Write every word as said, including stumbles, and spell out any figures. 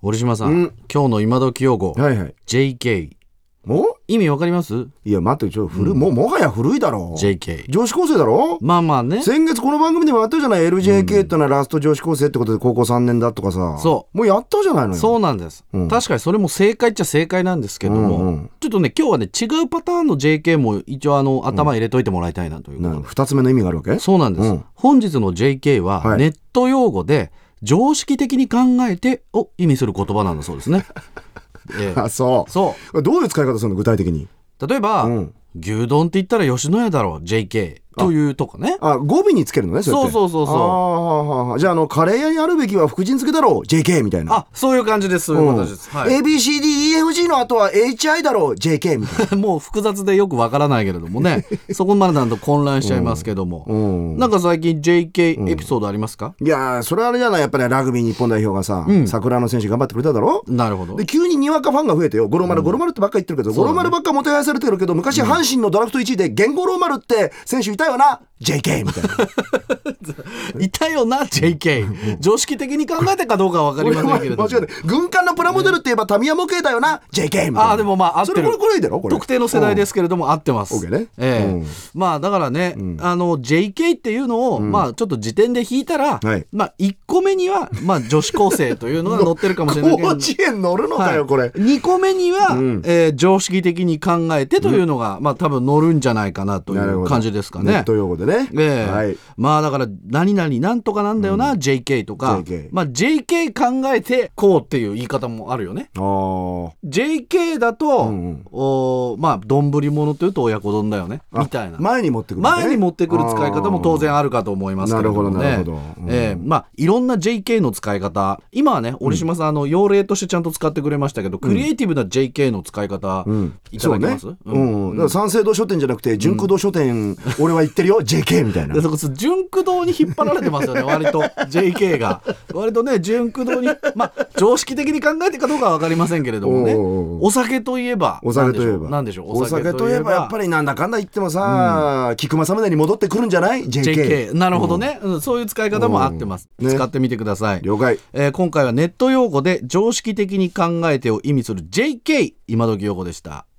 折島さん、うん、今日の今時用語、はいはい、ジェイケーお意味わかります？ いや待ってちょっと古、うん、もうもはや古いだろう。 ジェイケー女子高生だろ。 まあまあね、 先月この番組でもやったじゃない。 エルジェーケー ってのはラスト女子高生ってことで高校さんねんだとかさ、そうもうやったじゃないのよ。 そうなんです、うん、確かにそれも正解っちゃ正解なんですけども、うんうん、ちょっとね今日はね違うパターンの ジェイケー も一応あの頭入れといてもらいたいなということで、うん、 ふたつめの意味があるわけ。 そうなんです、うん、本日の ジェイケー はネット用語で常識的に考えてを意味する言葉なんだそうですね。 えー、あそうそうどういう使い方するの具体的に。 例えば、うん、牛丼って言ったら吉野家だろう ジェイケー というとかね。 あ語尾につけるのね。 そうそうそうそう。 ああじゃああのカレー屋にあるべきは福神漬けだろう ジェイケー みたいな。あそういう感じです。そういう形です、うんはい、エービーシーディーイーエフジー の後は エイチアイ だろう ジェイケー みたいな。 もう複雑でよくわからないけれどもねそこまでなんと混乱しちゃいますけども、うんうん、なんか最近 ジェイケー エピソードありますか？ うん、いやそれはあれじゃない。やっぱり、ね、ラグビー日本代表がさ、うん、桜の選手頑張ってくれただろ。 なるほど。 で急ににわかファンが増えてよ。五郎丸、うん、五郎丸ってばっか言ってるけど、五郎丸ばっかもてはやされてるけど、昔阪神のドラフトいちいで源五郎丸って選手いたよな ジェイケー みたいな。 いたよな ジェイケー 常識的に考えてかどうかは分かりませんけれども、間違いない。 軍艦のプラモデルって言えばタミヤ模型だよな ジェイケー みたいな。 あでもまあ合ってる。 それこれこれいいだろこれ。 特定の世代ですけれども、うん、合ってます。 OK ね、 えーうん、まあだからね、うん、あの ジェイケー っていうのを、うん、まあちょっと時点で引いたら、はい、まあいっこめには、まあ、女子高生というのが載ってるかもしれないけど広辞苑載るのかよこれ、 はい、にこめには、うんえー、常識的に考えてというのが、うん、まあ多分載るんじゃないかなという感じですかね。 ネット用語でね、 えーはい、まあだから何々なんとかなんだよな、うん、ジェイケー とか ジェイケー、まあ、ジェイケー 考えてこうっていう言い方もあるよね。あ ジェイケー だと、うんうん、おまあ丼物というと親子丼だよねみたいな前に持ってくる、ね、 前に持ってくる使い方も当然あるかと思いますけれどもね。なるほどなるほど、うんえー、まあいろんな ジェイケー の使い方今はね折島さん、うん、あの用例としてちゃんと使ってくれましたけど、うん、クリエイティブな ジェイケー の使い方、うん、いただけます？そうね、 うんうん、だから三省堂書店じゃなくて純駆動書店、うん、俺は言ってるよジェイケー みたいな。 純駆動に引っ張られてますよね割とジェイケー が割とね純駆動にまあ常識的に考えてかどうかは分かりませんけれどもね。お酒といえばお酒といえば何でしょう。 お酒といえばやっぱりなんだかんだ言ってもさ、うん、菊間様に戻ってくるんじゃない ジェイケー。 ジェイケー なるほどね、うん、そういう使い方も合ってます、ね、使ってみてください。 了解、 えー、今回はネット用語で常識的に考えてを意味する ジェイケー 今時用語でした。